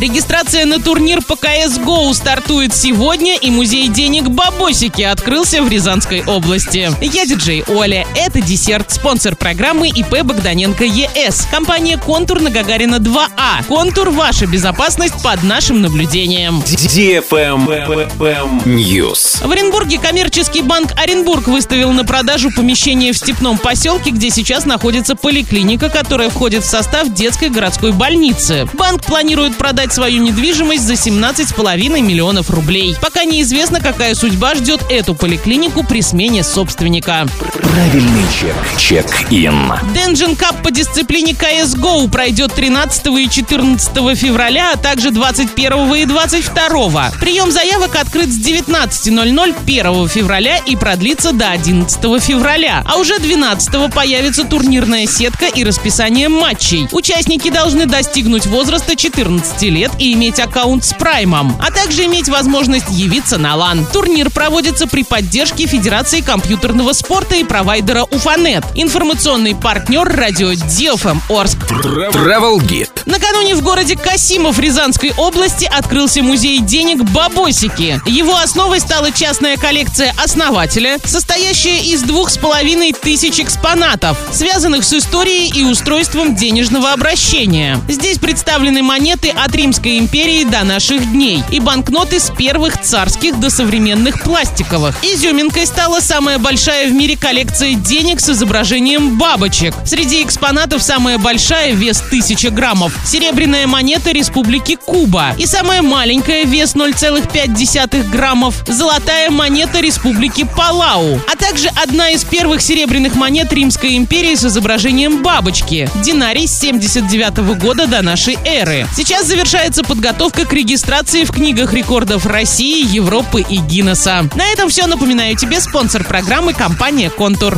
Регистрация на турнир по CSGO стартует сегодня, и музей денег «Бабосики» открылся в Рязанской области. Я диджей Оля. Это десерт. Спонсор программы ИП Богданенко ЕС. Компания «Контур» на Гагарина 2А. «Контур» — ваша безопасность под нашим наблюдением. News. В Оренбурге коммерческий банк «Оренбург» выставил на продажу помещение в Степном поселке, где сейчас находится поликлиника, которая входит в состав детской городской больницы. Банк планирует продать свою недвижимость за 17,5 миллионов рублей. Пока неизвестно, какая судьба ждет эту поликлинику при смене собственника. Правильный чек. Чек-ин. Денджин Кап по дисциплине CSGO пройдет 13 и 14 февраля, а также 21 и 22. Прием заявок открыт с 19:00 1 февраля и продлится до 11 февраля. А уже 12 появится турнирная сетка и расписание матчей. Участники должны достигнуть возраста 14 лет и иметь аккаунт с Праймом, а также иметь возможность явиться на LAN. Турнир проводится при поддержке Федерации компьютерного спорта и провайдера Уфанет. Информационный партнер — радио DFM Орск. Travel Guide. Накануне в городе Касимов Рязанской области открылся музей денег «Бабосики». Его основой стала частная коллекция основателя, состоящая из 2500 экспонатов, связанных с историей и устройством денежного обращения. Здесь представлены монеты от Римской империи до наших дней и банкноты с первых царских до современных пластиковых. Изюминкой стала самая большая в мире коллекция денег с изображением бабочек. Среди экспонатов самая большая, вес 1000 граммов, серебряная монета Республики Куба, и самая маленькая, вес 0,5 граммов, золотая монета Республики Палау, а также одна из первых серебряных монет Римской империи с изображением бабочки – динарий с 79 года до нашей эры. Сейчас завершается подготовка к регистрации в книгах рекордов России, Европы и Гиннесса. На этом все. Напоминаю тебе, спонсор программы — компания «Контур».